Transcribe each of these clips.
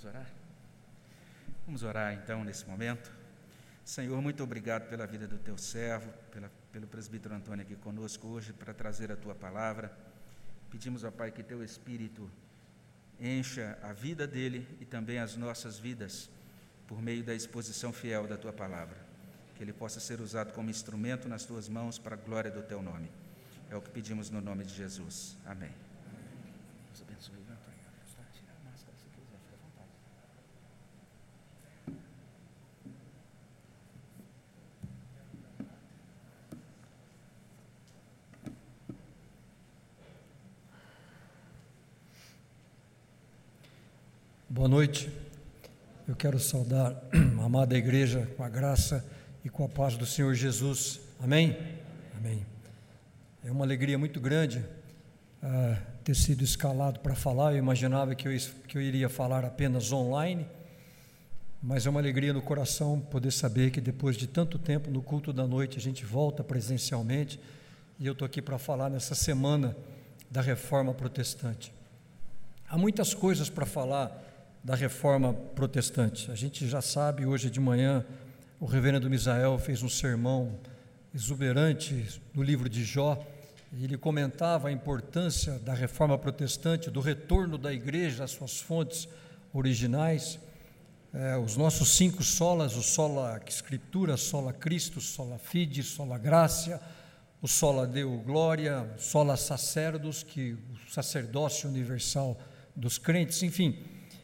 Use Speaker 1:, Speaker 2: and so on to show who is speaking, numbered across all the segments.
Speaker 1: Vamos orar? Vamos orar então nesse momento. Senhor, muito obrigado pela vida do teu servo, pelo presbítero Antônio aqui conosco hoje para trazer a tua palavra. Pedimos, ó Pai, que teu Espírito encha a vida dele e também as nossas vidas por meio da exposição fiel da tua palavra. Que ele possa ser usado como instrumento nas tuas mãos para a glória do teu nome. É o que pedimos no nome de Jesus. Amém. Deus abençoe, Antônio. Tira a máscara se quiser, fica à vontade.
Speaker 2: Boa noite. Eu quero saudar a amada igreja com a graça e com a paz do Senhor Jesus. Amém? Amém. É uma alegria muito grande ter sido escalado para falar. Eu imaginava que eu iria falar apenas online, mas é uma alegria no coração poder saber que depois de tanto tempo no culto da noite a gente volta presencialmente e eu estou aqui para falar nessa semana da Reforma Protestante. Há muitas coisas para falar da Reforma Protestante. A gente já sabe, hoje de manhã o reverendo Misael fez um sermão exuberante no livro de Jó. Ele comentava a importância da Reforma Protestante, do retorno da igreja às suas fontes originais, os nossos 5 solas, o sola Scriptura, sola Christus, sola Fide, sola Gratia, o sola Deo Gloria, sola Sacerdos, que o sacerdócio universal dos crentes, enfim.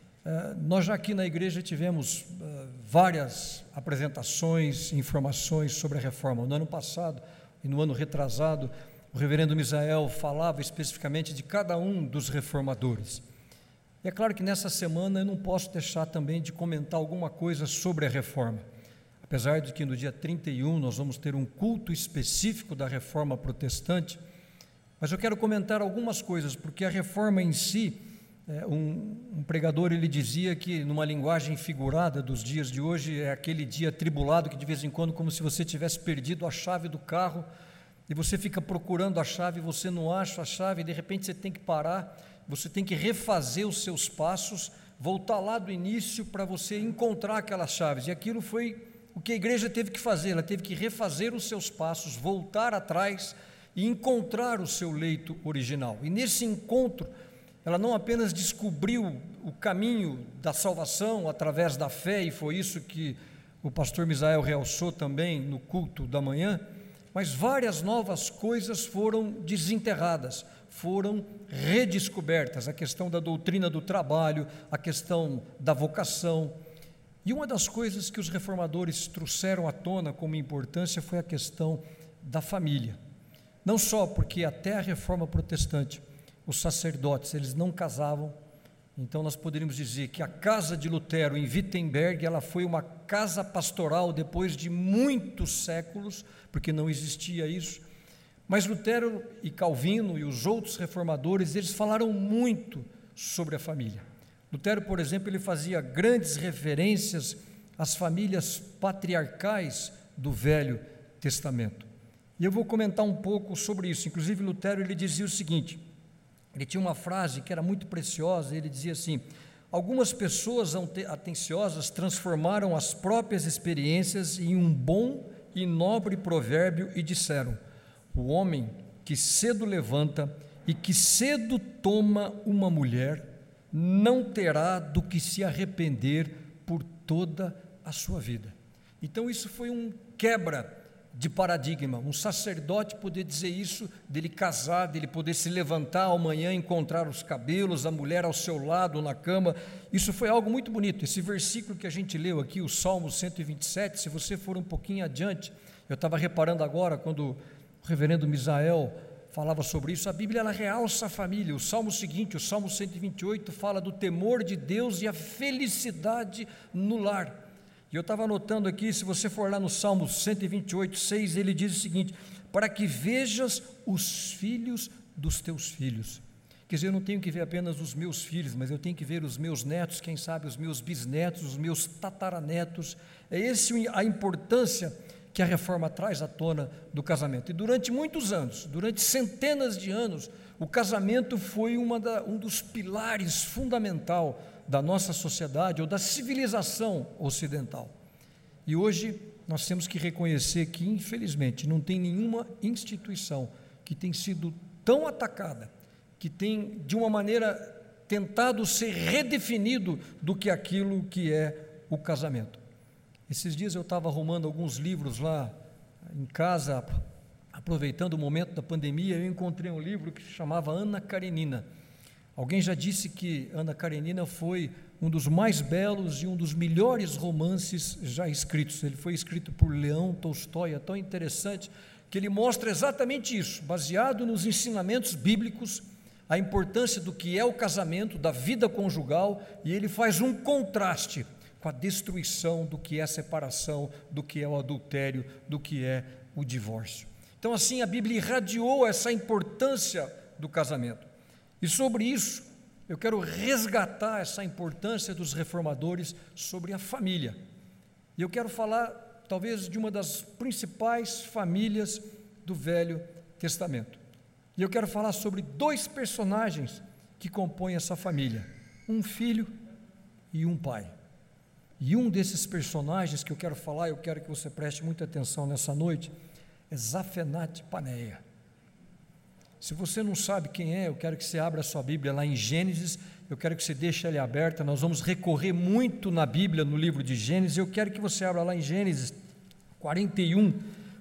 Speaker 2: Nós já aqui na igreja tivemos várias apresentações, informações sobre a reforma. No ano passado e no ano retrasado, o reverendo Misael falava especificamente de cada um dos reformadores. E é claro que nessa semana eu não posso deixar também de comentar alguma coisa sobre a reforma. Apesar de que no dia 31 nós vamos ter um culto específico da reforma protestante, mas eu quero comentar algumas coisas, porque a reforma em si, um pregador ele dizia que numa linguagem figurada dos dias de hoje, é aquele dia atribulado que de vez em quando como se você tivesse perdido a chave do carro, e você fica procurando a chave, você não acha a chave, e de repente você tem que parar, você tem que refazer os seus passos, voltar lá do início para você encontrar aquelas chaves. E aquilo foi o que a igreja teve que fazer, ela teve que refazer os seus passos, voltar atrás e encontrar o seu leito original. E nesse encontro, ela não apenas descobriu o caminho da salvação através da fé, e foi isso que o pastor Misael realçou também no culto da manhã, mas várias novas coisas foram desenterradas, foram redescobertas, a questão da doutrina do trabalho, a questão da vocação. E uma das coisas que os reformadores trouxeram à tona como importância foi a questão da família. Não só porque até a Reforma Protestante, os sacerdotes, eles não casavam, então nós poderíamos dizer que a casa de Lutero em Wittenberg, ela foi uma casa pastoral depois de muitos séculos, porque não existia isso, mas Lutero e Calvino e os outros reformadores, eles falaram muito sobre a família. Lutero, por exemplo, ele fazia grandes referências às famílias patriarcais do Velho Testamento, e eu vou comentar um pouco sobre isso. Inclusive Lutero ele dizia o seguinte, ele tinha uma frase que era muito preciosa, ele dizia assim: algumas pessoas atenciosas transformaram as próprias experiências em um bom e nobre provérbio e disseram: o homem que cedo levanta e que cedo toma uma mulher não terá do que se arrepender por toda a sua vida. Então isso foi um quebra de paradigma, um sacerdote poder dizer isso, dele casar, dele poder se levantar amanhã, encontrar os cabelos, a mulher ao seu lado na cama. Isso foi algo muito bonito. Esse versículo que a gente leu aqui, o Salmo 127, se você for um pouquinho adiante, eu estava reparando agora quando o reverendo Misael falava sobre isso, a Bíblia ela realça a família. O Salmo seguinte, o Salmo 128, fala do temor de Deus e a felicidade no lar. E eu estava anotando aqui, se você for lá no Salmo 128, 6, ele diz o seguinte: para que vejas os filhos dos teus filhos. Quer dizer, eu não tenho que ver apenas os meus filhos, mas eu tenho que ver os meus netos, quem sabe os meus bisnetos, os meus tataranetos. É essa a importância que a reforma traz à tona do casamento. E durante muitos anos, durante centenas de anos, o casamento foi um dos pilares fundamental da nossa sociedade ou da civilização ocidental. E hoje nós temos que reconhecer que, infelizmente, não tem nenhuma instituição que tem sido tão atacada, que tem, de uma maneira, tentado ser redefinido do que aquilo que é o casamento. Esses dias eu estava arrumando alguns livros lá em casa, aproveitando o momento da pandemia, eu encontrei um livro que se chamava Ana Karenina. Alguém já disse que Ana Karenina foi um dos mais belos e um dos melhores romances já escritos. Ele foi escrito por Leão Tolstói, é tão interessante que ele mostra exatamente isso, baseado nos ensinamentos bíblicos, a importância do que é o casamento, da vida conjugal, e ele faz um contraste com a destruição do que é a separação, do que é o adultério, do que é o divórcio. Então, assim, a Bíblia irradiou essa importância do casamento. E sobre isso, eu quero resgatar essa importância dos reformadores sobre a família. E eu quero falar, talvez, de uma das principais famílias do Velho Testamento. E eu quero falar sobre dois personagens que compõem essa família, um filho e um pai. E um desses personagens que eu quero falar, eu quero que você preste muita atenção nessa noite, é Zafenate Paneia. Se você não sabe quem é, eu quero que você abra a sua Bíblia lá em Gênesis, eu quero que você deixe ela aberta, nós vamos recorrer muito na Bíblia, no livro de Gênesis, eu quero que você abra lá em Gênesis 41,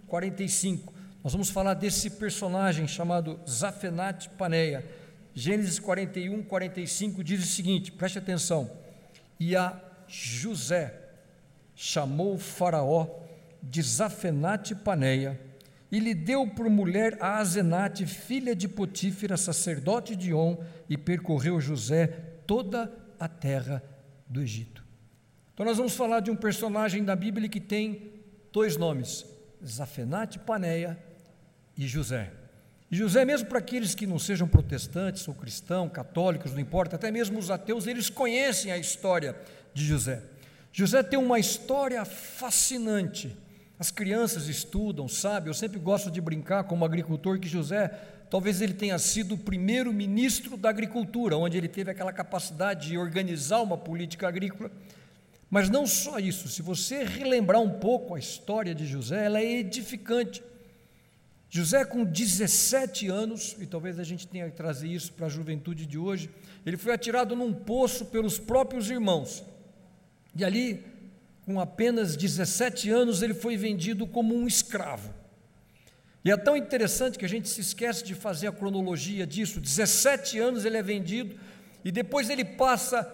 Speaker 2: 45, nós vamos falar desse personagem chamado Zafenate Paneia. Gênesis 41, 45 diz o seguinte, preste atenção: e a José chamou Faraó de Zafenate Paneia e lhe deu por mulher a Asenate, filha de Potífera, sacerdote de On, e percorreu José toda a terra do Egito. Então nós vamos falar de um personagem da Bíblia que tem dois nomes, Zafenate Paneia e José. E José, mesmo para aqueles que não sejam protestantes ou cristãos, católicos, não importa, até mesmo os ateus, eles conhecem a história de José. José tem uma história fascinante. As crianças estudam, sabem, eu sempre gosto de brincar como agricultor que José, talvez ele tenha sido o primeiro ministro da agricultura, onde ele teve aquela capacidade de organizar uma política agrícola. Mas não só isso, se você relembrar um pouco a história de José, ela é edificante. José, com 17 anos, e talvez a gente tenha que trazer isso para a juventude de hoje, ele foi atirado num poço pelos próprios irmãos, e ali, com apenas 17 anos, ele foi vendido como um escravo. E é tão interessante que a gente se esquece de fazer a cronologia disso. 17 anos ele é vendido, e depois ele passa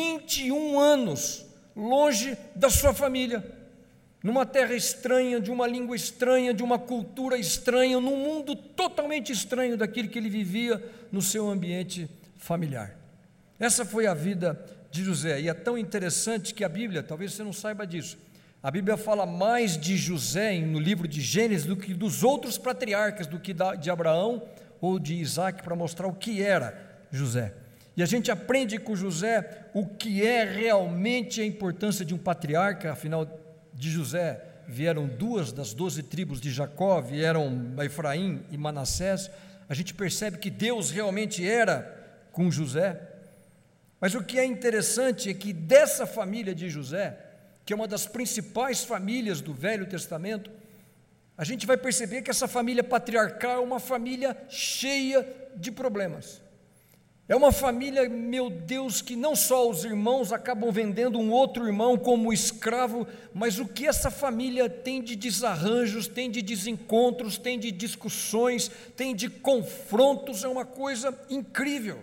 Speaker 2: 21 anos longe da sua família, numa terra estranha, de uma língua estranha, de uma cultura estranha, num mundo totalmente estranho daquele que ele vivia no seu ambiente familiar. Essa foi a vida de José, e é tão interessante que a Bíblia, talvez você não saiba disso, a Bíblia fala mais de José no livro de Gênesis do que dos outros patriarcas, do que de Abraão ou de Isaac, para mostrar o que era José. E a gente aprende com José o que é realmente a importância de um patriarca. Afinal, de José vieram 2 das 12 tribos de Jacó, vieram Efraim e Manassés. A gente percebe que Deus realmente era com José. Mas o que é interessante é que dessa família de José, que é uma das principais famílias do Velho Testamento, a gente vai perceber que essa família patriarcal é uma família cheia de problemas. É uma família, meu Deus, que não só os irmãos acabam vendendo um outro irmão como escravo, mas o que essa família tem de desarranjos, tem de desencontros, tem de discussões, tem de confrontos, é uma coisa incrível.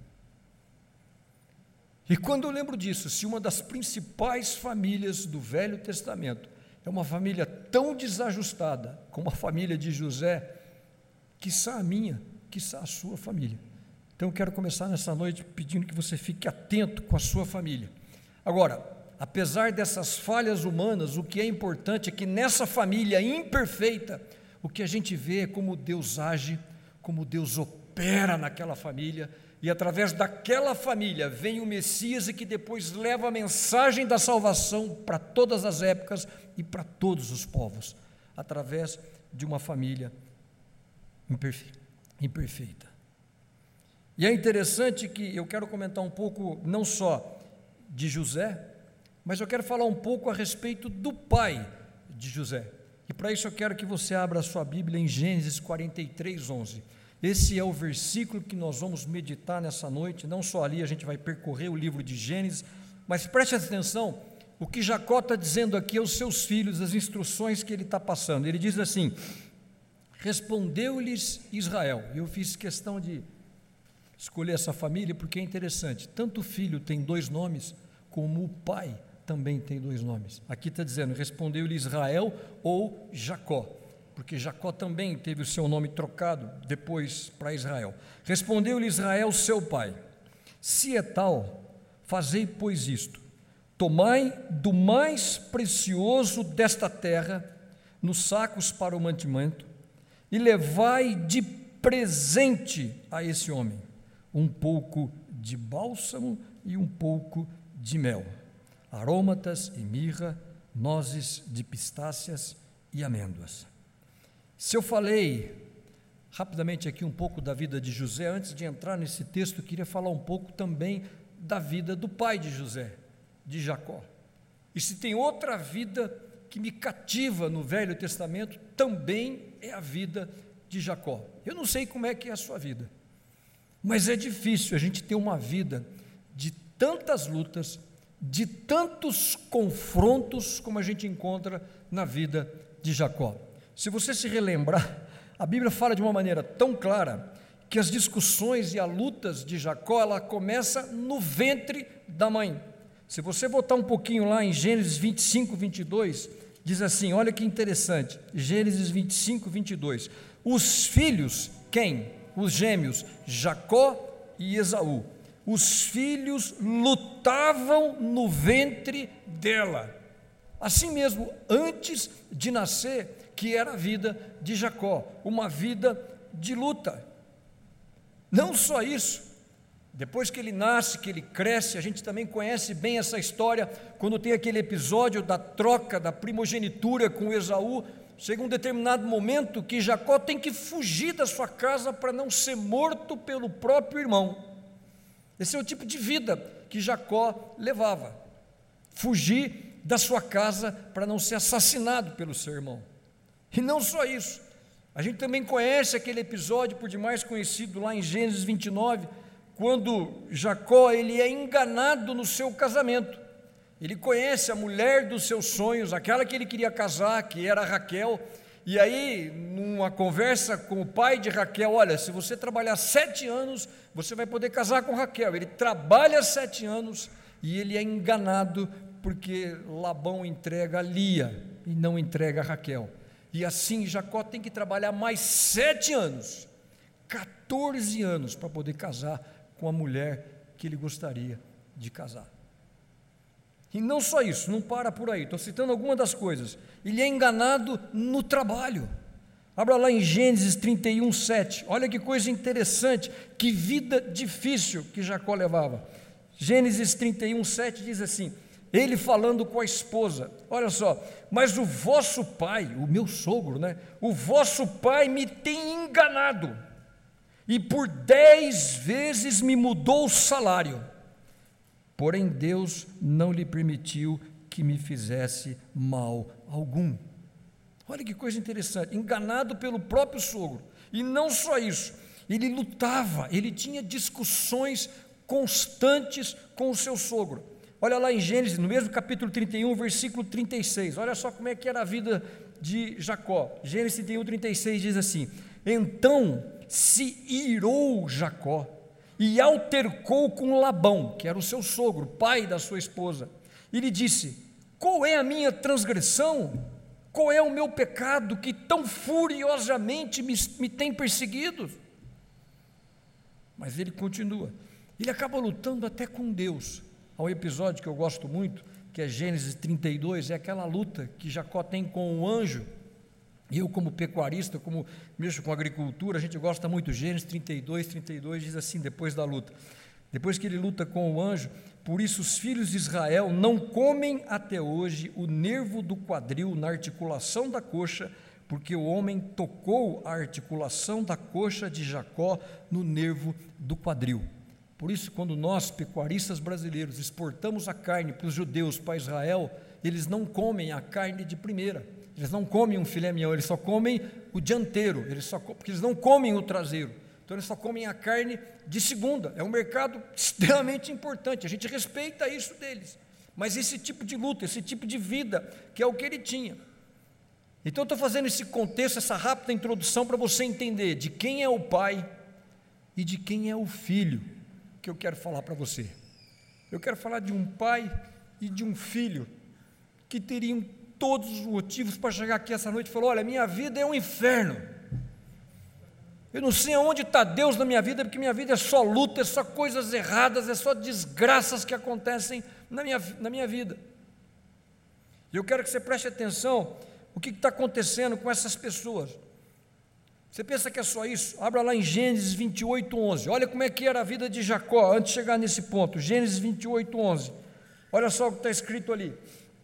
Speaker 2: E quando eu lembro disso, se uma das principais famílias do Velho Testamento é uma família tão desajustada como a família de José, quiçá a minha, quiçá a sua família. Então eu quero começar nessa noite pedindo que você fique atento com a sua família. Agora, apesar dessas falhas humanas, o que é importante é que nessa família imperfeita, o que a gente vê é como Deus age, como Deus opera naquela família, e através daquela família vem o Messias e que depois leva a mensagem da salvação para todas as épocas e para todos os povos, através de uma família imperfeita. E é interessante que eu quero comentar um pouco, não só de José, mas eu quero falar um pouco a respeito do pai de José. E para isso eu quero que você abra a sua Bíblia em Gênesis 43, 11. Esse é o versículo que nós vamos meditar nessa noite. Não só ali a gente vai percorrer o livro de Gênesis, mas preste atenção, o que Jacó está dizendo aqui aos seus filhos, as instruções que ele está passando. Ele diz assim: respondeu-lhes Israel. Eu fiz questão de escolher essa família porque é interessante, tanto o filho tem 2 nomes, como o pai também tem 2 nomes. Aqui está dizendo, respondeu-lhe Israel ou Jacó, porque Jacó também teve o seu nome trocado depois para Israel. Respondeu-lhe Israel, seu pai: se é tal, fazei pois isto: tomai do mais precioso desta terra, nos sacos para o mantimento, e levai de presente a esse homem um pouco de bálsamo e um pouco de mel, aromatas e mirra, nozes de pistácias e amêndoas. Se eu falei rapidamente aqui um pouco da vida de José, antes de entrar nesse texto, eu queria falar um pouco também da vida do pai de José, de Jacó. E se tem outra vida que me cativa no Velho Testamento, também é a vida de Jacó. Eu não sei como é que é a sua vida, mas é difícil a gente ter uma vida de tantas lutas, de tantos confrontos como a gente encontra na vida de Jacó. Se você se relembrar, a Bíblia fala de uma maneira tão clara que as discussões e as lutas de Jacó, ela começa no ventre da mãe. Se você voltar um pouquinho lá em Gênesis 25, 22, diz assim, olha que interessante, Gênesis 25, 22, os filhos, quem? Os gêmeos, Jacó e Esaú, os filhos lutavam no ventre dela, assim mesmo, antes de nascer, que era a vida de Jacó, uma vida de luta. Não só isso, depois que ele nasce, que ele cresce, a gente também conhece bem essa história, quando tem aquele episódio da troca da primogenitura com Esaú, chega um determinado momento que Jacó tem que fugir da sua casa para não ser morto pelo próprio irmão. Esse é o tipo de vida que Jacó levava, fugir da sua casa para não ser assassinado pelo seu irmão. E não só isso, a gente também conhece aquele episódio, por demais conhecido lá em Gênesis 29, quando Jacó ele é enganado no seu casamento. Ele conhece a mulher dos seus sonhos, aquela que ele queria casar, que era Raquel, e aí, numa conversa com o pai de Raquel, olha, se você trabalhar 7 anos, você vai poder casar com Raquel. Ele trabalha 7 anos e ele é enganado porque Labão entrega a Lia e não entrega a Raquel. E assim Jacó tem que trabalhar mais 7 anos, 14 anos, para poder casar com a mulher que ele gostaria de casar. E não só isso, não para por aí, estou citando algumas das coisas. Ele é enganado no trabalho. Abra lá em Gênesis 31, 7. Olha que coisa interessante, que vida difícil que Jacó levava. Gênesis 31, 7 diz assim, ele falando com a esposa, olha só, mas o vosso pai, o meu sogro, né? O vosso pai me tem enganado, e por 10 vezes me mudou o salário. Porém Deus não lhe permitiu que me fizesse mal algum. Olha que coisa interessante, enganado pelo próprio sogro, e não só isso, ele lutava, ele tinha discussões constantes com o seu sogro. Olha lá em Gênesis, no mesmo capítulo 31, versículo 36, olha só como é que era a vida de Jacó. Gênesis 31, 36 diz assim, então se irou Jacó, e altercou com Labão, que era o seu sogro, pai da sua esposa, e lhe disse, qual é a minha transgressão? Qual é o meu pecado que tão furiosamente me tem perseguido? Mas ele continua, ele acaba lutando até com Deus. Há um episódio que eu gosto muito, que é Gênesis 32, é aquela luta que Jacó tem com o anjo. Eu, como pecuarista, como mexo com agricultura, a gente gosta muito. Gênesis 32 diz assim, depois da luta, depois que ele luta com o anjo, por isso os filhos de Israel não comem até hoje o nervo do quadril na articulação da coxa, porque o homem tocou a articulação da coxa de Jacó no nervo do quadril. Por isso, quando nós, pecuaristas brasileiros, exportamos a carne para os judeus, para Israel, eles não comem a carne de primeira, eles não comem um filé mignon, eles só comem o dianteiro, porque eles não comem o traseiro, então eles só comem a carne de segunda. É um mercado extremamente importante, a gente respeita isso deles, mas esse tipo de luta, esse tipo de vida, que é o que ele tinha. Então eu estou fazendo esse contexto, essa rápida introdução para você entender de quem é o pai e de quem é o filho que eu quero falar para você. Eu quero falar de um pai e de um filho que teriam todos os motivos para chegar aqui essa noite e falar: olha, minha vida é um inferno, eu não sei aonde está Deus na minha vida, porque minha vida é só luta, é só coisas erradas, é só desgraças que acontecem na minha vida. E eu quero que você preste atenção o que está acontecendo com essas pessoas. Você pensa que é só isso? Abra lá em Gênesis 28, 11. Olha como é que era a vida de Jacó antes de chegar nesse ponto. Gênesis 28, 11. Olha só o que está escrito ali.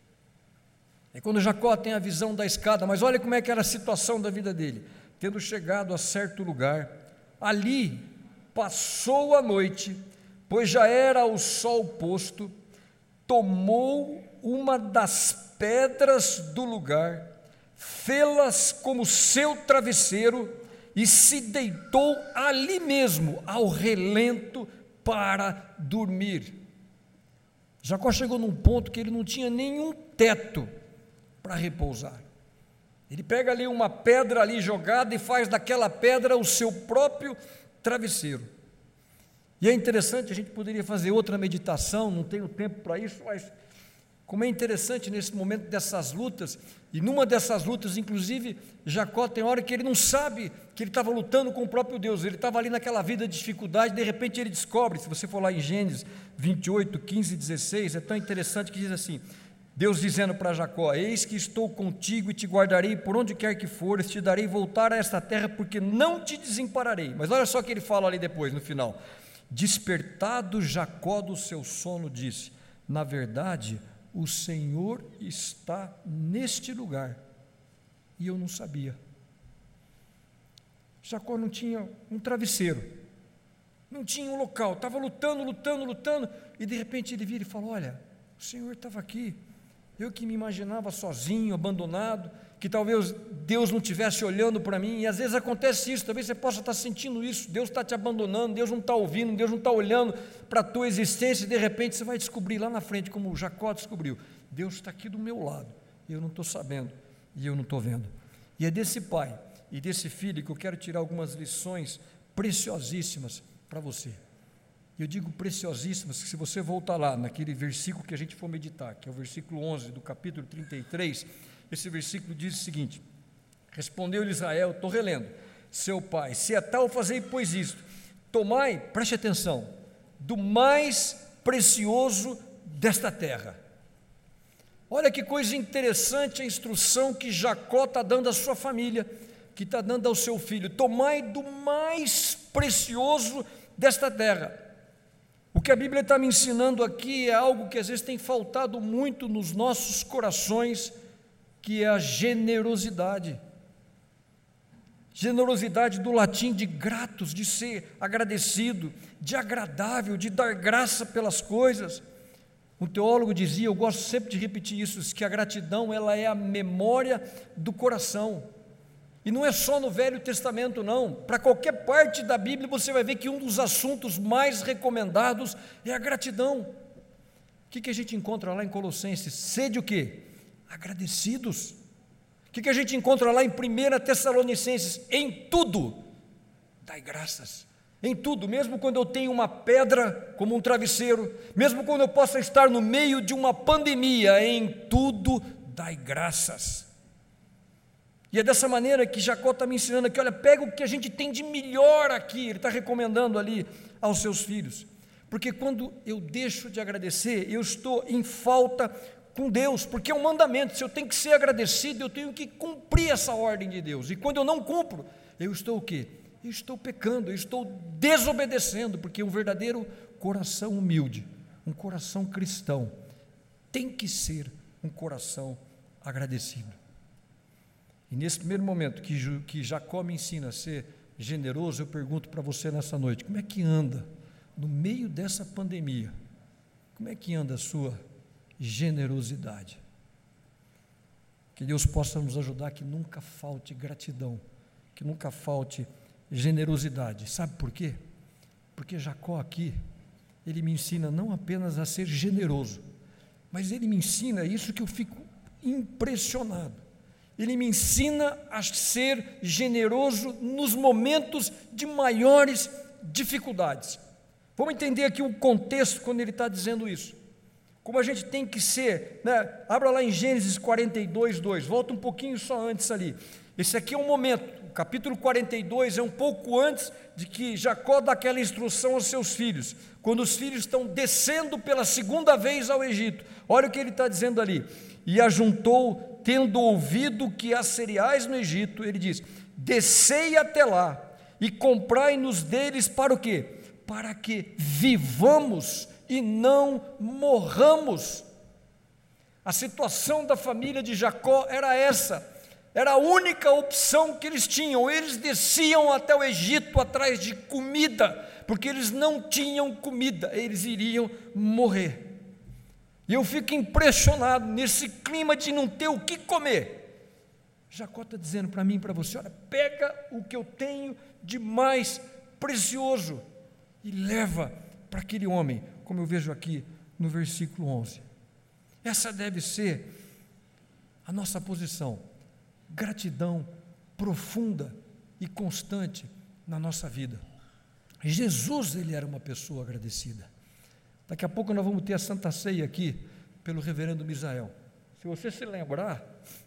Speaker 2: É quando Jacó tem a visão da escada, mas olha como é que era a situação da vida dele. Tendo chegado a certo lugar, ali passou a noite, pois já era o sol posto, tomou uma das pedras do lugar, fê-las como seu travesseiro e se deitou ali mesmo, ao relento, para dormir. Jacó chegou num ponto que ele não tinha nenhum teto para repousar. Ele pega ali uma pedra ali jogada e faz daquela pedra o seu próprio travesseiro. E é interessante, a gente poderia fazer outra meditação, não tenho tempo para isso, mas como é interessante nesse momento dessas lutas, e numa dessas lutas, inclusive, Jacó tem hora que ele não sabe que ele estava lutando com o próprio Deus, ele estava ali naquela vida de dificuldade, de repente ele descobre, se você for lá em Gênesis 28, 15 e 16, é tão interessante que diz assim: Deus dizendo para Jacó: eis que estou contigo e te guardarei por onde quer que fores, te darei voltar a esta terra, porque não te desampararei. Mas olha só o que ele fala ali depois, no final: despertado Jacó do seu sono, disse: na verdade, o Senhor está neste lugar, e eu não sabia. Jacó não tinha um travesseiro, não tinha um local, estava lutando, e de repente ele vira e fala: olha, o Senhor estava aqui, eu que me imaginava sozinho, abandonado, que talvez Deus não estivesse olhando para mim, e às vezes acontece isso, talvez você possa estar sentindo isso, Deus está te abandonando, Deus não está ouvindo, Deus não está olhando para a tua existência, e de repente você vai descobrir lá na frente, como Jacó descobriu: Deus está aqui do meu lado, e eu não estou sabendo, e eu não estou vendo. E é desse pai e desse filho que eu quero tirar algumas lições preciosíssimas para você. Eu digo preciosíssimas, que se você voltar lá naquele versículo que a gente for meditar, que é o versículo 11 do capítulo 33, esse versículo diz o seguinte: respondeu-lhe Israel, estou relendo: seu pai, se é tal, fazei pois isto, tomai, preste atenção, do mais precioso desta terra. Olha que coisa interessante a instrução que Jacó está dando à sua família, que está dando ao seu filho: tomai do mais precioso desta terra. O que a Bíblia está me ensinando aqui é algo que às vezes tem faltado muito nos nossos corações, que é a generosidade. Generosidade do latim de gratos, de ser agradecido, de agradável, de dar graça pelas coisas. Um teólogo dizia, eu gosto sempre de repetir isso, que a gratidão ela é a memória do coração. E não é só no Velho Testamento não, para qualquer parte da Bíblia você vai ver que um dos assuntos mais recomendados é a gratidão. O que a gente encontra lá em Colossenses? Sede o quê? Agradecidos. O que a gente encontra lá em 1 Tessalonicenses? Em tudo, dai graças. Em tudo, mesmo quando eu tenho uma pedra como um travesseiro, mesmo quando eu possa estar no meio de uma pandemia, em tudo, dai graças. E é dessa maneira que Jacó está me ensinando aqui, olha, pega o que a gente tem de melhor aqui, ele está recomendando ali aos seus filhos, porque quando eu deixo de agradecer, eu estou em falta com Deus, porque é um mandamento, se eu tenho que ser agradecido, eu tenho que cumprir essa ordem de Deus, e quando eu não cumpro, eu estou o quê? Eu estou pecando, eu estou desobedecendo, porque um verdadeiro coração humilde, um coração cristão, tem que ser um coração agradecido. E nesse primeiro momento que Jacó me ensina a ser generoso, eu pergunto para você nessa noite, como é que anda no meio dessa pandemia, como é que anda a sua generosidade? Que Deus possa nos ajudar, que nunca falte gratidão, que nunca falte generosidade. Sabe por quê? Porque Jacó aqui, ele me ensina não apenas a ser generoso, mas ele me ensina isso que eu fico impressionado. Ele me ensina a ser generoso nos momentos de maiores dificuldades. Vamos entender aqui o contexto quando ele está dizendo isso. Como a gente tem que ser, né? Abra lá em Gênesis 42, 2, volta um pouquinho só antes ali. Esse aqui é um momento, o capítulo 42 é um pouco antes de que Jacó dá aquela instrução aos seus filhos, quando os filhos estão descendo pela segunda vez ao Egito. Olha o que ele está dizendo ali: e ajuntou, tendo ouvido que há cereais no Egito, ele diz: descei até lá e comprai-nos deles para o quê? Para que vivamos e não morramos. A situação da família de Jacó era essa, era a única opção que eles tinham. Eles desciam até o Egito atrás de comida, porque eles não tinham comida, eles iriam morrer. E eu fico impressionado nesse clima de não ter o que comer. Jacó está dizendo para mim e para você: olha, pega o que eu tenho de mais precioso e leva para aquele homem, como eu vejo aqui no versículo 11. Essa deve ser a nossa posição, gratidão profunda e constante na nossa vida. Jesus, ele era uma pessoa agradecida. Daqui a pouco nós vamos ter a Santa Ceia aqui, pelo reverendo Misael. Se você se lembrar,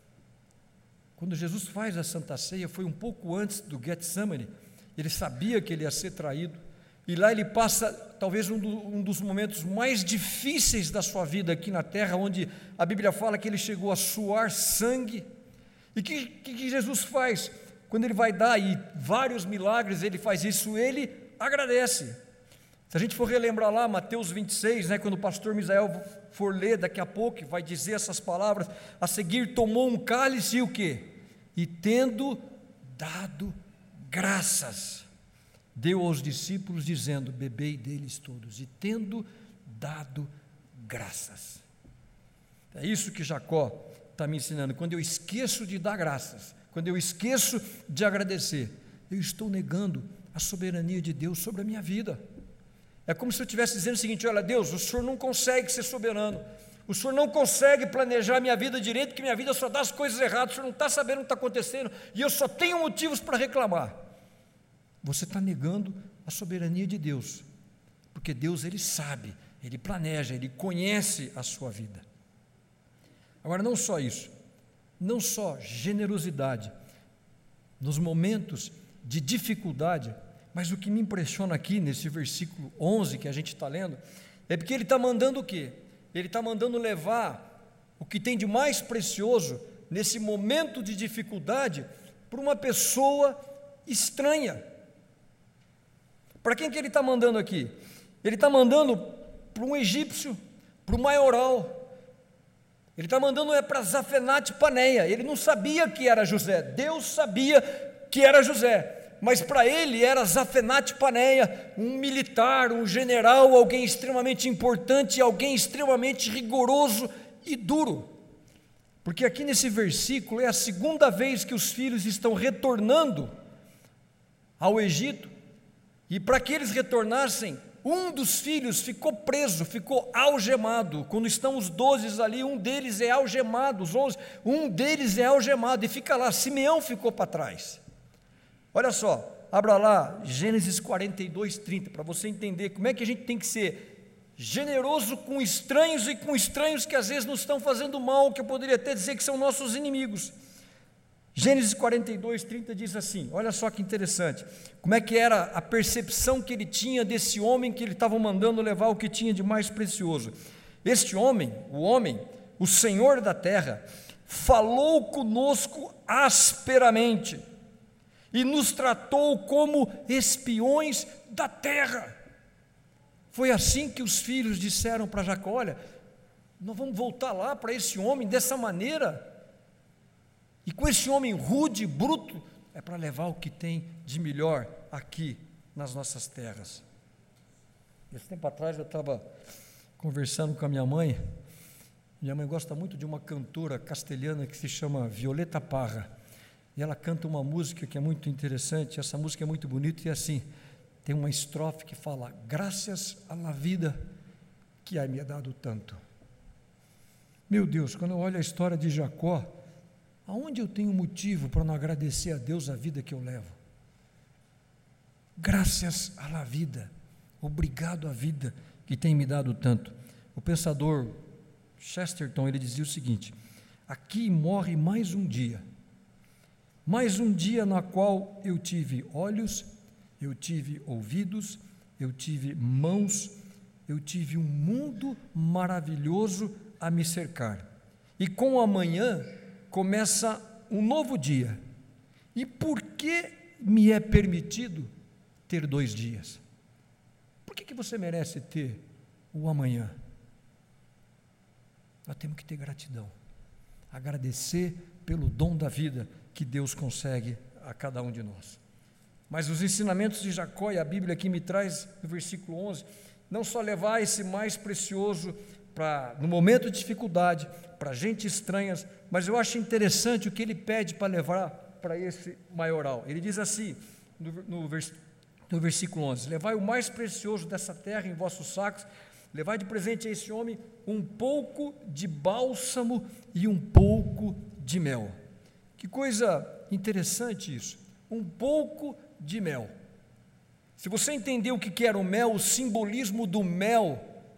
Speaker 2: quando Jesus faz a Santa Ceia, foi um pouco antes do Getsemane. Ele sabia que ele ia ser traído, e lá ele passa talvez um dos momentos mais difíceis da sua vida aqui na terra, onde a Bíblia fala que ele chegou a suar sangue. E o que Jesus faz? Quando ele vai dar aí vários milagres, ele faz isso, ele agradece. Se a gente for relembrar lá, Mateus 26, né, quando o pastor Misael for ler daqui a pouco, vai dizer essas palavras: a seguir tomou um cálice e o quê? E tendo dado graças, deu aos discípulos, dizendo: bebei deles todos, e tendo dado graças. É isso que Jacó está me ensinando. Quando eu esqueço de dar graças, quando eu esqueço de agradecer, eu estou negando a soberania de Deus sobre a minha vida. É como se eu estivesse dizendo o seguinte: olha, Deus, o Senhor não consegue ser soberano, o Senhor não consegue planejar minha vida direito, porque minha vida só dá as coisas erradas, o Senhor não está sabendo o que está acontecendo, e eu só tenho motivos para reclamar. Você está negando a soberania de Deus, porque Deus, ele sabe, ele planeja, ele conhece a sua vida. Agora, não só isso, não só generosidade nos momentos de dificuldade, mas o que me impressiona aqui nesse versículo 11 que a gente está lendo, é porque ele está mandando o quê? Ele está mandando levar o que tem de mais precioso nesse momento de dificuldade para uma pessoa estranha. Para quem que ele está mandando aqui? Ele está mandando para um egípcio, para o maioral. Ele está mandando para Zafenate-Paneia. Ele não sabia que era José, Deus sabia que era José, mas para ele era Zafenate-Paneia, um militar, um general, alguém extremamente importante, alguém extremamente rigoroso e duro. Porque aqui nesse versículo é a segunda vez que os filhos estão retornando ao Egito, e para que eles retornassem, um dos filhos ficou preso, ficou algemado. Quando estão os 12 ali, um deles é algemado, os 11, um deles é algemado, e fica lá. Simeão ficou para trás. Olha só, abra lá Gênesis 42, 30, para você entender como é que a gente tem que ser generoso com estranhos, e com estranhos que às vezes nos estão fazendo mal, que eu poderia até dizer que são nossos inimigos. Gênesis 42, 30 diz assim, olha só que interessante, como é que era a percepção que ele tinha desse homem que ele estava mandando levar o que tinha de mais precioso. Este homem, o Senhor da terra, falou conosco asperamente, e nos tratou como espiões da terra. Foi assim que os filhos disseram para Jacó: olha, nós vamos voltar lá para esse homem dessa maneira, e com esse homem rude, bruto, é para levar o que tem de melhor aqui nas nossas terras. Esse tempo atrás eu estava conversando com a minha mãe. Minha mãe gosta muito de uma cantora castelhana que se chama Violeta Parra. E ela canta uma música que é muito interessante. Essa música é muito bonita e assim, tem uma estrofe que fala: graças à la vida que ai me é dado tanto. Meu Deus, quando eu olho a história de Jacó, aonde eu tenho motivo para não agradecer a Deus a vida que eu levo? Graças à la vida, obrigado à vida que tem me dado tanto. O pensador Chesterton, ele dizia o seguinte: aqui morre mais um dia na qual eu tive olhos, eu tive ouvidos, eu tive mãos, eu tive um mundo maravilhoso a me cercar. E com o amanhã começa um novo dia. E por que me é permitido ter 2 dias? Por que você merece ter o amanhã? Nós temos que ter gratidão, agradecer pelo dom da vida que Deus concede a cada um de nós. Mas os ensinamentos de Jacó, e a Bíblia aqui me traz no versículo 11, não só levar esse mais precioso no momento de dificuldade, para gente estranhas, mas eu acho interessante o que ele pede para levar para esse maioral. Ele diz assim, no versículo 11: levai o mais precioso dessa terra em vossos sacos, levai de presente a esse homem um pouco de bálsamo e um pouco de mel. Que coisa interessante isso, um pouco de mel. Se você entender o que era o mel, o simbolismo do mel,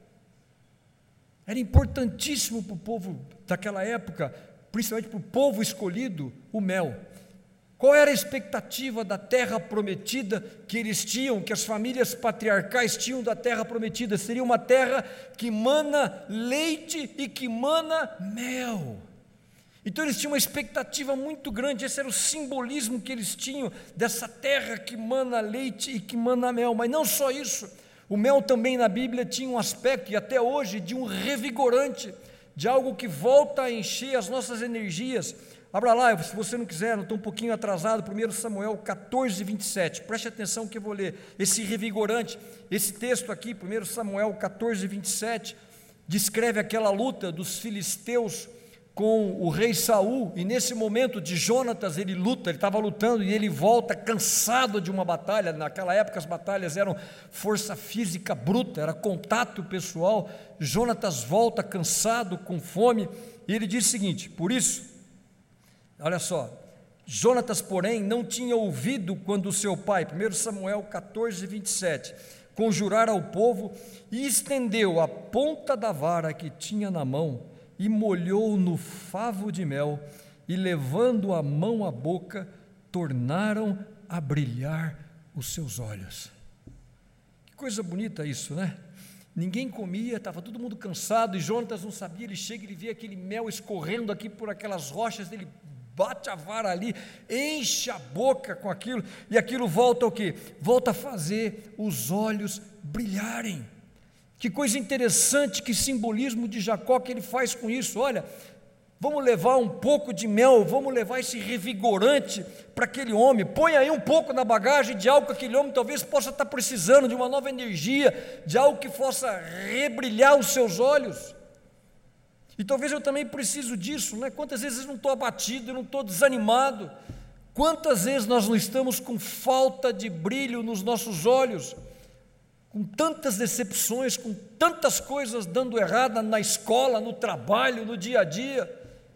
Speaker 2: era importantíssimo para o povo daquela época, principalmente para o povo escolhido, o mel. Qual era a expectativa da terra prometida que eles tinham, que as famílias patriarcais tinham da terra prometida? Seria uma terra que mana leite e que mana mel. Então eles tinham uma expectativa muito grande, esse era o simbolismo que eles tinham dessa terra que mana leite e que mana mel. Mas não só isso, o mel também na Bíblia tinha um aspecto, e até hoje, de um revigorante, de algo que volta a encher as nossas energias. Abra lá, se você não quiser, não estou um pouquinho atrasado, 1 Samuel 14, 27, preste atenção que eu vou ler, esse revigorante, esse texto aqui, 1 Samuel 14, 27, descreve aquela luta dos filisteus com o rei Saul, e nesse momento de Jonatas, ele luta, ele estava lutando, e ele volta cansado de uma batalha. Naquela época as batalhas eram força física bruta, era contato pessoal. Jonatas volta cansado, com fome, e ele diz o seguinte, por isso, olha só, Jonatas, porém, não tinha ouvido quando o seu pai, 1 Samuel 14, 27, conjurar ao povo, e estendeu a ponta da vara que tinha na mão, e molhou no favo de mel, e levando a mão à boca, tornaram a brilhar os seus olhos. Que coisa bonita isso, né? Ninguém comia, estava todo mundo cansado, e Jonatas não sabia, ele chega e ele vê aquele mel escorrendo aqui por aquelas rochas, ele bate a vara ali, enche a boca com aquilo, e aquilo volta ao quê? Volta a fazer os olhos brilharem. Que coisa interessante, que simbolismo de Jacó que ele faz com isso. Olha, vamos levar um pouco de mel, vamos levar esse revigorante para aquele homem, põe aí um pouco na bagagem de algo que aquele homem talvez possa estar precisando, de uma nova energia, de algo que possa rebrilhar os seus olhos. E talvez eu também preciso disso, né? Quantas vezes eu não estou abatido, eu não estou desanimado, quantas vezes nós não estamos com falta de brilho nos nossos olhos, com tantas decepções, com tantas coisas dando errado na escola, no trabalho, no dia a dia.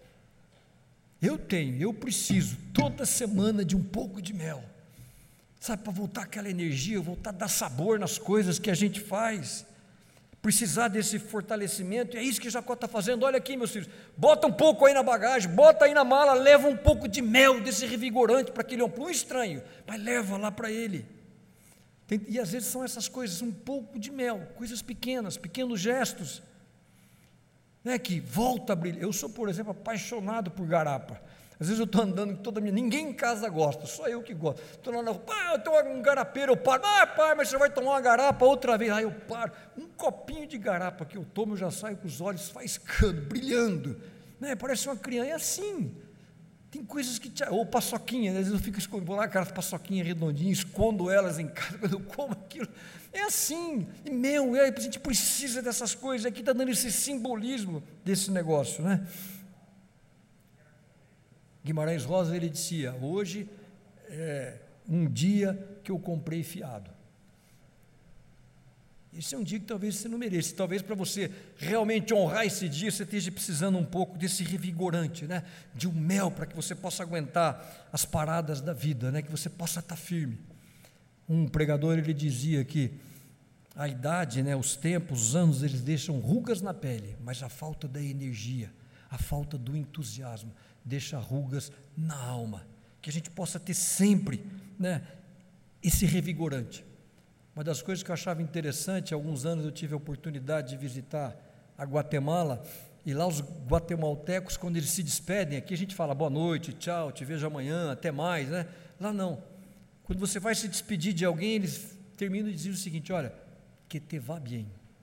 Speaker 2: Eu preciso toda semana de um pouco de mel, sabe, para voltar aquela energia, voltar a dar sabor nas coisas que a gente faz, precisar desse fortalecimento. E é isso que Jacó está fazendo. Olha aqui, meus filhos, bota um pouco aí na bagagem, bota aí na mala, leva um pouco de mel, desse revigorante para aquele homem, para um estranho, mas leva lá para ele. E às vezes são essas coisas, um pouco de mel, coisas pequenas, pequenos gestos, né, que volta a brilhar. Eu sou, por exemplo, apaixonado por garapa. Às vezes eu estou andando toda minha, ninguém em casa gosta, só eu que gosto. Estou lá na rua, pai, eu tomo um garapeiro, eu paro, pai, mas você vai tomar uma garapa outra vez, aí eu paro, um copinho de garapa que eu tomo, eu já saio com os olhos faiscando, brilhando, né? Parece uma criança, é assim. Tem coisas que ou paçoquinha, às vezes eu fico vou lá, aquelas paçoquinhas redondinhas, escondo elas em casa, quando eu como aquilo, é assim, e a gente precisa dessas coisas, aqui está dando esse simbolismo desse negócio, né? Guimarães Rosa, ele dizia, hoje é um dia que eu comprei fiado. Esse é um dia que talvez você não mereça, talvez para você realmente honrar esse dia, você esteja precisando um pouco desse revigorante, né? De um mel, para que você possa aguentar as paradas da vida, né? Que você possa estar firme. Um pregador, ele dizia que a idade, né? Os tempos, os anos, eles deixam rugas na pele, mas a falta da energia, a falta do entusiasmo, deixa rugas na alma, que a gente possa ter sempre, né? Esse revigorante. Uma das coisas que eu achava interessante, há alguns anos eu tive a oportunidade de visitar a Guatemala, e lá os guatemaltecos, quando eles se despedem, aqui a gente fala boa noite, tchau, te vejo amanhã, até mais, né? Lá não. Quando você vai se despedir de alguém, eles terminam dizendo o seguinte, olha, que te vá bem,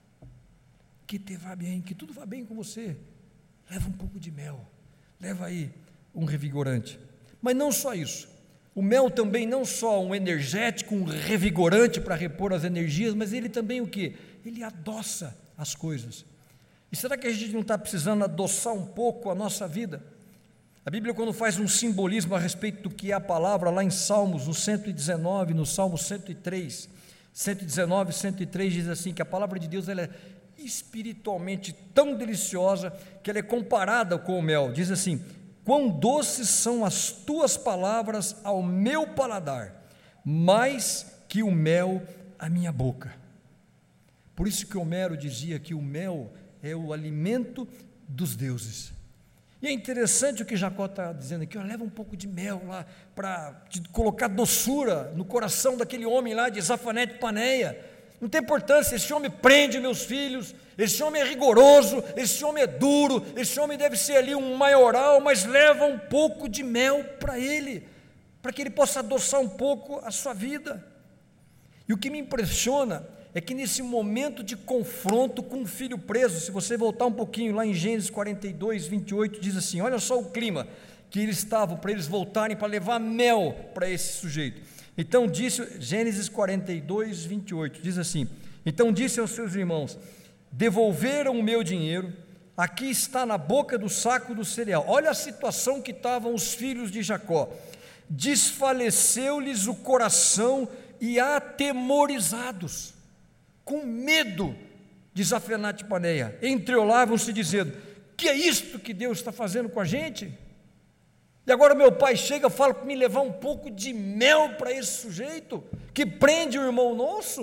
Speaker 2: que te vá bem, que tudo vá bem com você, leva um pouco de mel, leva aí um revigorante. Mas não só isso. O mel também não só um energético, um revigorante para repor as energias, mas ele também o quê? Ele adoça as coisas. E será que a gente não está precisando adoçar um pouco a nossa vida? A Bíblia, quando faz um simbolismo a respeito do que é a palavra, lá em Salmos, no 119, no Salmo 103, 119, 103 diz assim, que a palavra de Deus ela é espiritualmente tão deliciosa, que ela é comparada com o mel, diz assim, quão doces são as tuas palavras ao meu paladar, mais que o mel à minha boca. Por isso que Homero dizia que o mel é o alimento dos deuses. E é interessante o que Jacó está dizendo aqui, leva um pouco de mel lá, para colocar doçura no coração daquele homem lá de Zafanete Paneia. Não tem importância, esse homem prende meus filhos, esse homem é rigoroso, esse homem é duro, esse homem deve ser ali um maioral, mas leva um pouco de mel para ele, para que ele possa adoçar um pouco a sua vida. E o que me impressiona é que nesse momento de confronto com o filho preso, se você voltar um pouquinho lá em Gênesis 42, 28, diz assim, olha só o clima que eles estavam, para eles voltarem, para levar mel para esse sujeito. Então disse, Gênesis 42, 28, diz assim, então disse aos seus irmãos, devolveram o meu dinheiro, aqui está na boca do saco do cereal. Olha a situação que estavam os filhos de Jacó, desfaleceu-lhes o coração e atemorizados, com medo de Zafanate Paneia, entreolhavam-se dizendo, que é isto que Deus está fazendo com a gente? E agora meu pai chega e fala para me levar um pouco de mel para esse sujeito, que prende o irmão nosso?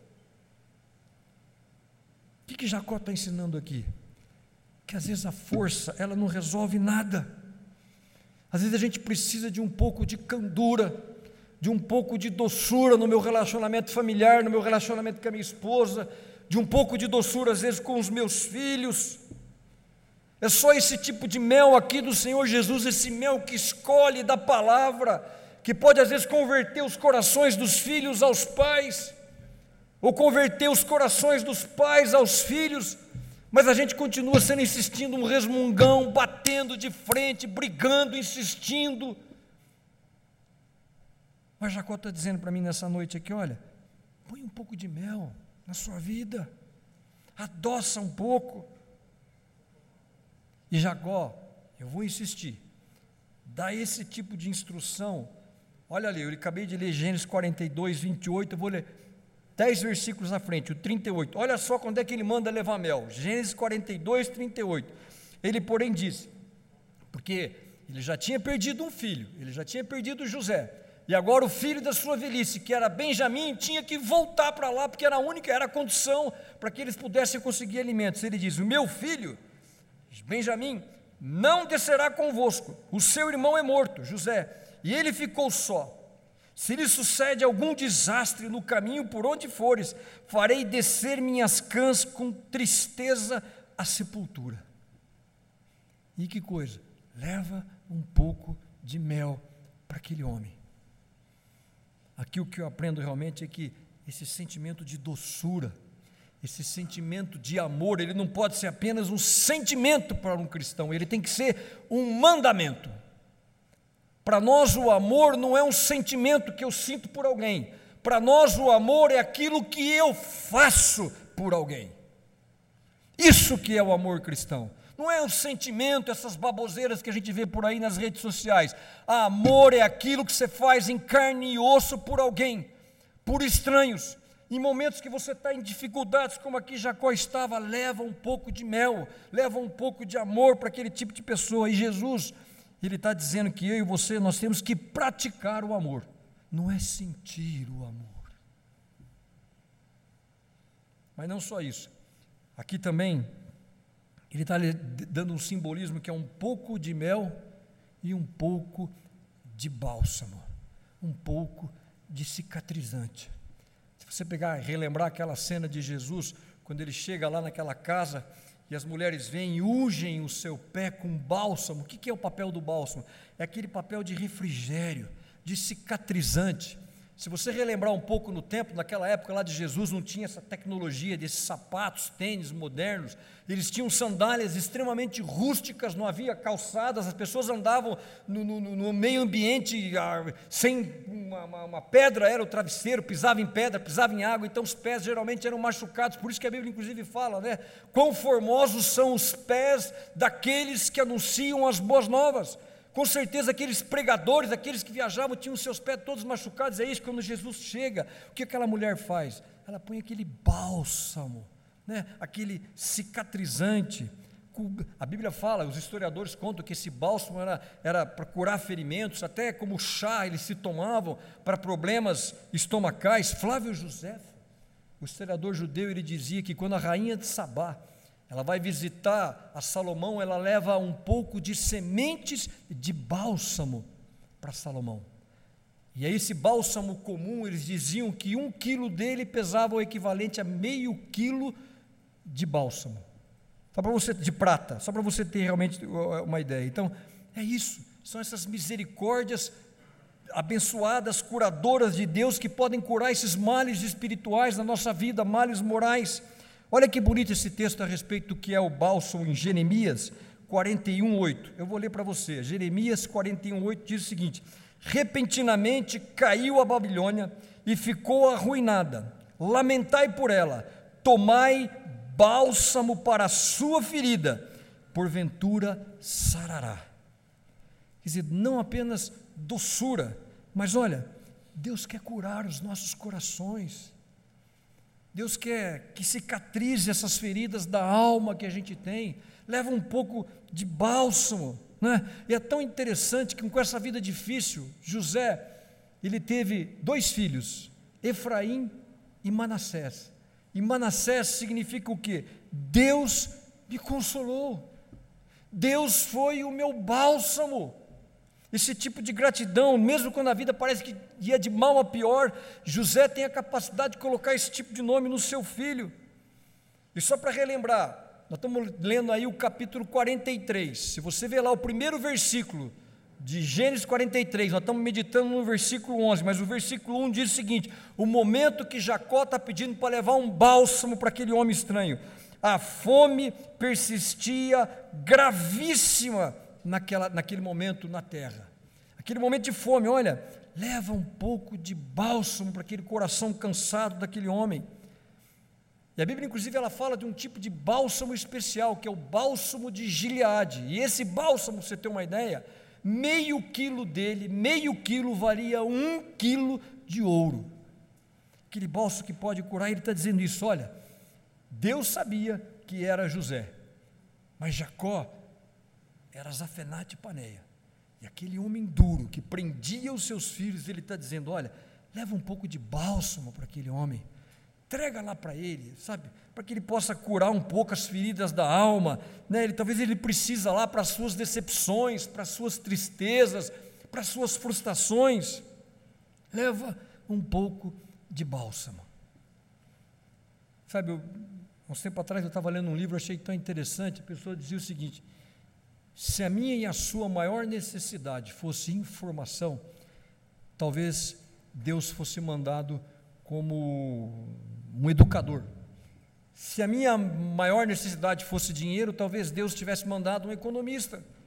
Speaker 2: O que Jacó está ensinando aqui? Que às vezes a força, ela não resolve nada. Às vezes a gente precisa de um pouco de candura, de um pouco de doçura no meu relacionamento familiar, no meu relacionamento com a minha esposa, de um pouco de doçura às vezes com os meus filhos. É só esse tipo de mel aqui do Senhor Jesus, esse mel que escolhe da palavra, que pode às vezes converter os corações dos filhos aos pais, ou converter os corações dos pais aos filhos, mas a gente continua sendo insistindo, um resmungão, batendo de frente, brigando, insistindo. Mas Jacó está dizendo para mim nessa noite aqui, olha, põe um pouco de mel na sua vida, adoça um pouco. E Jacó, eu vou insistir, dá esse tipo de instrução. Olha ali, eu acabei de ler Gênesis 42, 28, eu vou ler 10 versículos na frente, o 38, olha só quando é que ele manda levar mel, Gênesis 42, 38, ele porém disse, porque ele já tinha perdido um filho, ele já tinha perdido José, e agora o filho da sua velhice, que era Benjamim, tinha que voltar para lá, porque era a condição para que eles pudessem conseguir alimentos. Ele diz, o meu filho, Benjamim, não descerá convosco, o seu irmão é morto, José, e ele ficou só. Se lhe sucede algum desastre no caminho por onde fores, farei descer minhas cãs com tristeza à sepultura. E que coisa? Leva um pouco de mel para aquele homem. Aqui o que eu aprendo realmente é que esse sentimento de doçura, esse sentimento de amor, ele não pode ser apenas um sentimento para um cristão, ele tem que ser um mandamento. Para nós o amor não é um sentimento que eu sinto por alguém. Para nós o amor é aquilo que eu faço por alguém. Isso que é o amor cristão. Não é um sentimento, essas baboseiras que a gente vê por aí nas redes sociais. Amor é aquilo que você faz em carne e osso por alguém, por estranhos. Em momentos que você está em dificuldades, como aqui Jacó estava, leva um pouco de mel, leva um pouco de amor para aquele tipo de pessoa. E Jesus, Ele está dizendo que eu e você, nós temos que praticar o amor, não é sentir o amor. Mas não só isso, aqui também, Ele está dando um simbolismo que é um pouco de mel e um pouco de bálsamo, um pouco de cicatrizante. Se você pegar e relembrar aquela cena de Jesus, quando Ele chega lá naquela casa, e as mulheres vêm e ungem o seu pé com bálsamo. O que é o papel do bálsamo? É aquele papel de refrigério, de cicatrizante. Se você relembrar um pouco no tempo, naquela época lá de Jesus, não tinha essa tecnologia desses sapatos, tênis modernos, eles tinham sandálias extremamente rústicas, não havia calçadas, as pessoas andavam no meio ambiente, sem uma pedra era o travesseiro, pisava em pedra, pisava em água, então os pés geralmente eram machucados, por isso que a Bíblia inclusive fala, né? Quão formosos são os pés daqueles que anunciam as boas novas. Com certeza aqueles pregadores, aqueles que viajavam, tinham seus pés todos machucados. É isso, quando Jesus chega, o que aquela mulher faz? Ela põe aquele bálsamo, né? Aquele cicatrizante. A Bíblia fala, os historiadores contam que esse bálsamo era para curar ferimentos, até como chá eles se tomavam para problemas estomacais. Flávio José, o historiador judeu, ele dizia que quando a rainha de Sabá ela vai visitar a Salomão, ela leva um pouco de sementes de bálsamo para Salomão. E aí esse bálsamo comum, eles diziam que 1 quilo dele pesava o equivalente a meio quilo de bálsamo. Só para você, de prata, só para você ter realmente uma ideia. Então, é isso, são essas misericórdias abençoadas, curadoras de Deus, que podem curar esses males espirituais na nossa vida, males morais. Olha que bonito esse texto a respeito do que é o bálsamo em Jeremias 41:8. Eu vou ler para você. Jeremias 41:8 diz o seguinte: repentinamente caiu a Babilônia e ficou arruinada. Lamentai por ela, tomai bálsamo para a sua ferida, porventura sarará. Quer dizer, não apenas doçura, mas olha, Deus quer curar os nossos corações. Deus quer que cicatrize essas feridas da alma que a gente tem, leva um pouco de bálsamo, né? E é tão interessante que com essa vida difícil, José, ele teve 2 filhos, Efraim e Manassés. E Manassés significa o quê? Deus me consolou, Deus foi o meu bálsamo. Esse tipo de gratidão, mesmo quando a vida parece que ia de mal a pior, José tem a capacidade de colocar esse tipo de nome no seu filho. E só para relembrar, nós estamos lendo aí o capítulo 43, se você ver lá o primeiro versículo de Gênesis 43, nós estamos meditando no versículo 11, mas o versículo 1 diz o seguinte: o momento que Jacó está pedindo para levar um bálsamo para aquele homem estranho, a fome persistia gravíssima naquele momento na terra, aquele momento de fome. Olha, leva um pouco de bálsamo para aquele coração cansado daquele homem. E a Bíblia inclusive ela fala de um tipo de bálsamo especial, que é o bálsamo de Gileade, e esse bálsamo, para você ter uma ideia, meio quilo dele, meio quilo valia 1 quilo de ouro, aquele bálsamo que pode curar. Ele está dizendo isso, olha, Deus sabia que era José, mas Jacó era Zafenate Paneia, e aquele homem duro que prendia os seus filhos, ele está dizendo, olha, leva um pouco de bálsamo para aquele homem, entrega lá para ele, sabe, para que ele possa curar um pouco as feridas da alma, né? Talvez ele precisa lá para as suas decepções, para as suas tristezas, para as suas frustrações, leva um pouco de bálsamo. Sabe, uns tempo atrás eu estava lendo um livro, achei tão interessante, a pessoa dizia o seguinte: se a minha e a sua maior necessidade fosse informação, talvez Deus fosse mandado como um educador. Se a minha maior necessidade fosse dinheiro, talvez Deus tivesse mandado um economista.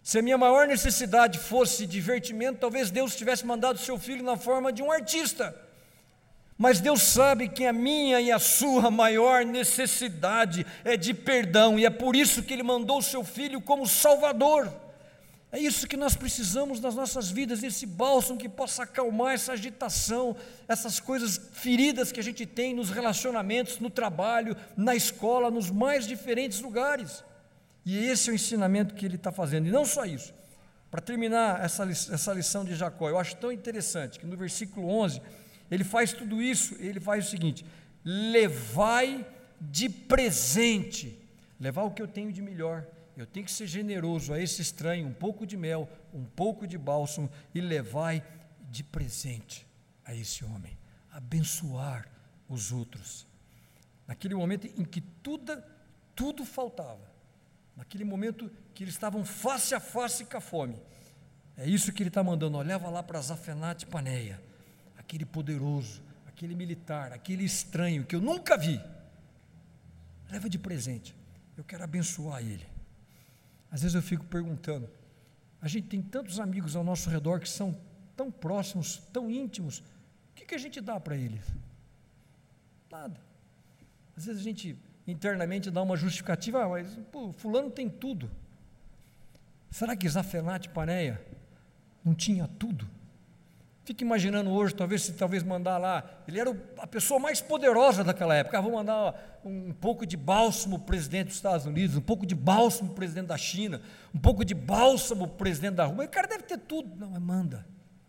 Speaker 2: Se a minha maior necessidade fosse divertimento, talvez Deus tivesse mandado o seu filho na forma de um artista. Mas Deus sabe que a minha e a sua maior necessidade é de perdão, e é por isso que Ele mandou o seu Filho como Salvador. É isso que nós precisamos nas nossas vidas, esse bálsamo que possa acalmar essa agitação, essas coisas feridas que a gente tem nos relacionamentos, no trabalho, na escola, nos mais diferentes lugares. E esse é o ensinamento que ele está fazendo, e não só isso. Para terminar essa lição de Jacó, eu acho tão interessante que no versículo 11, ele faz tudo isso, ele faz o seguinte: levai de presente, levar o que eu tenho de melhor, eu tenho que ser generoso a esse estranho, um pouco de mel, um pouco de bálsamo, e levai de presente a esse homem, abençoar os outros, naquele momento em que tudo faltava, naquele momento que eles estavam face a face com a fome. É isso que ele está mandando, leva lá para Zafenate Paneia, aquele poderoso, aquele militar, aquele estranho que eu nunca vi, leva de presente, eu quero abençoar ele. Às vezes eu fico perguntando, a gente tem tantos amigos ao nosso redor que são tão próximos, tão íntimos, o que a gente dá para eles? Nada. Às vezes a gente internamente dá uma justificativa, mas fulano tem tudo. Será que Zafenate Paneia não tinha tudo? Fica imaginando hoje, talvez mandar lá, ele era a pessoa mais poderosa daquela época, vou mandar um pouco de bálsamo para o presidente dos Estados Unidos, um pouco de bálsamo para o presidente da China, um pouco de bálsamo para o presidente da Rússia, o cara deve ter tudo. Não, mas manda.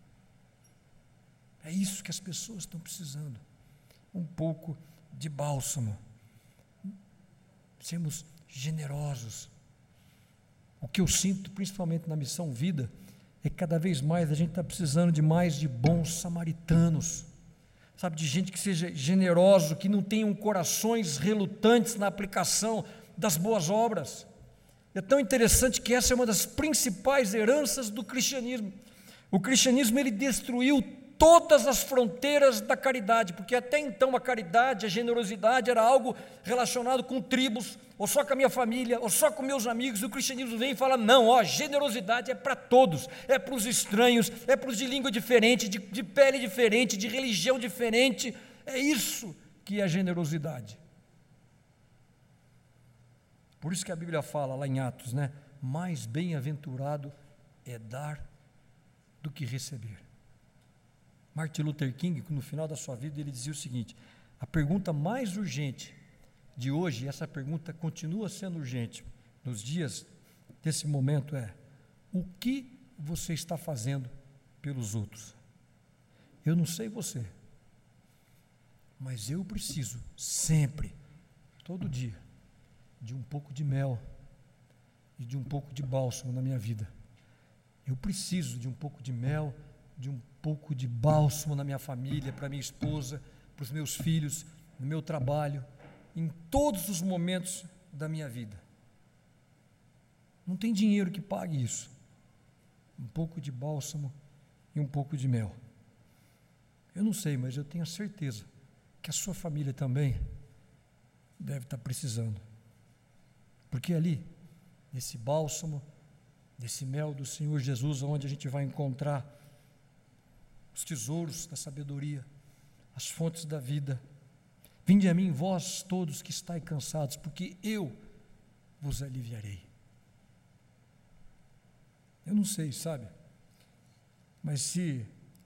Speaker 2: É isso que as pessoas estão precisando, um pouco de bálsamo, sermos generosos. O que eu sinto, principalmente na Missão Vida, é que cada vez mais a gente está precisando de mais de bons samaritanos, sabe, de gente que seja generoso, que não tenham corações relutantes na aplicação das boas obras. É tão interessante que essa é uma das principais heranças do cristianismo. O cristianismo, ele destruiu todas as fronteiras da caridade, porque até então a caridade, a generosidade era algo relacionado com tribos, ou só com a minha família, ou só com meus amigos. O cristianismo vem e fala, não, generosidade é para todos, é para os estranhos, é para os de língua diferente, de pele diferente, de religião diferente. É isso que é a generosidade. Por isso que a Bíblia fala lá em Atos, mais bem-aventurado é dar do que receber. Martin Luther King, no final da sua vida, ele dizia o seguinte: a pergunta mais urgente de hoje, e essa pergunta continua sendo urgente nos dias desse momento, é: o que você está fazendo pelos outros? Eu não sei você, mas eu preciso sempre, todo dia, de um pouco de mel e de um pouco de bálsamo na minha vida. Eu preciso de um pouco de mel, de um pouco de bálsamo na minha família, para minha esposa, para os meus filhos, no meu trabalho, em todos os momentos da minha vida. Não tem dinheiro que pague isso. Um pouco de bálsamo e um pouco de mel. Eu não sei, mas eu tenho a certeza que a sua família também deve estar precisando. Porque ali, nesse bálsamo, nesse mel do Senhor Jesus, onde a gente vai encontrar os tesouros da sabedoria, as fontes da vida. Vinde a mim, vós todos que estáis cansados, porque eu vos aliviarei. Eu não sei, sabe? Mas se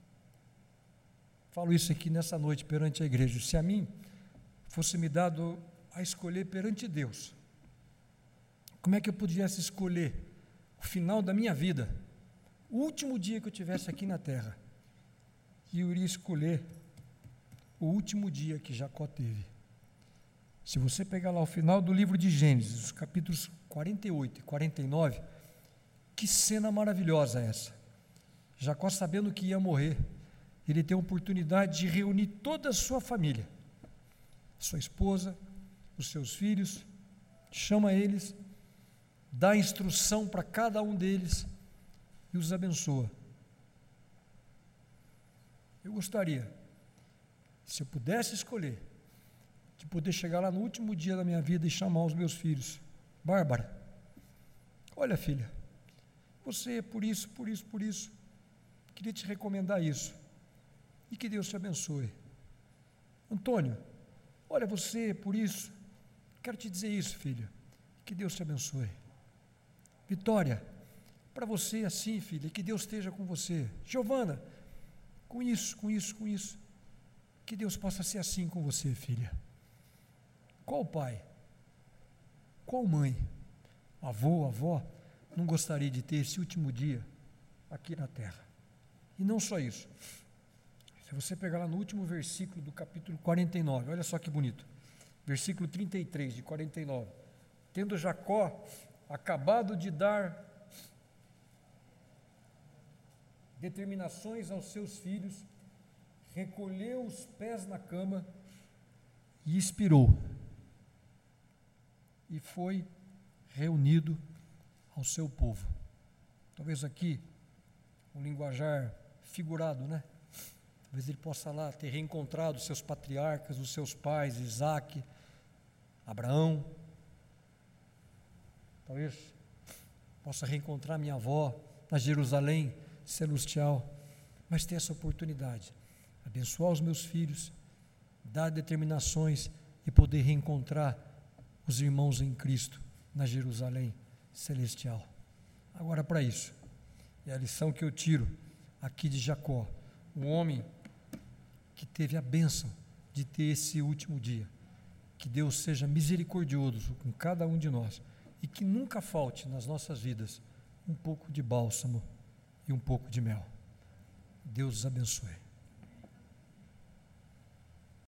Speaker 2: falo isso aqui nessa noite perante a igreja, se a mim fosse me dado a escolher perante Deus, como é que eu pudesse escolher o final da minha vida, o último dia que eu tivesse aqui na terra? E eu iria escolher o último dia que Jacó teve. Se você pegar lá o final do livro de Gênesis, os capítulos 48 e 49, que cena maravilhosa é essa. Jacó, sabendo que ia morrer, ele tem a oportunidade de reunir toda a sua família, sua esposa, os seus filhos, chama eles, dá instrução para cada um deles e os abençoa. Eu gostaria, se eu pudesse escolher, de poder chegar lá no último dia da minha vida e chamar os meus filhos: Bárbara, olha, filha, Você, por isso, queria te recomendar isso. E que Deus te abençoe. Antônio, olha você, por isso, quero te dizer isso, filha. Que Deus te abençoe. Vitória, para você assim, filha, que Deus esteja com você. Giovana, com isso. Que Deus possa ser assim com você, filha. Qual pai? Qual mãe? Avô, avó, não gostaria de ter esse último dia aqui na terra? E não só isso. Se você pegar lá no último versículo do capítulo 49, olha só que bonito. Versículo 33 de 49. Tendo Jacó acabado de dar determinações aos seus filhos, recolheu os pés na cama e expirou. E foi reunido ao seu povo. Talvez aqui, um linguajar figurado, né? Talvez ele possa lá ter reencontrado os seus patriarcas, os seus pais, Isaac, Abraão. Talvez possa reencontrar minha avó na Jerusalém celestial. Mas ter essa oportunidade, abençoar os meus filhos, dar determinações e poder reencontrar os irmãos em Cristo na Jerusalém celestial. Agora, para isso, é a lição que eu tiro aqui de Jacó, um homem que teve a bênção de ter esse último dia. Que Deus seja misericordioso com cada um de nós e que nunca falte nas nossas vidas um pouco de bálsamo e um pouco de mel. Deus os abençoe.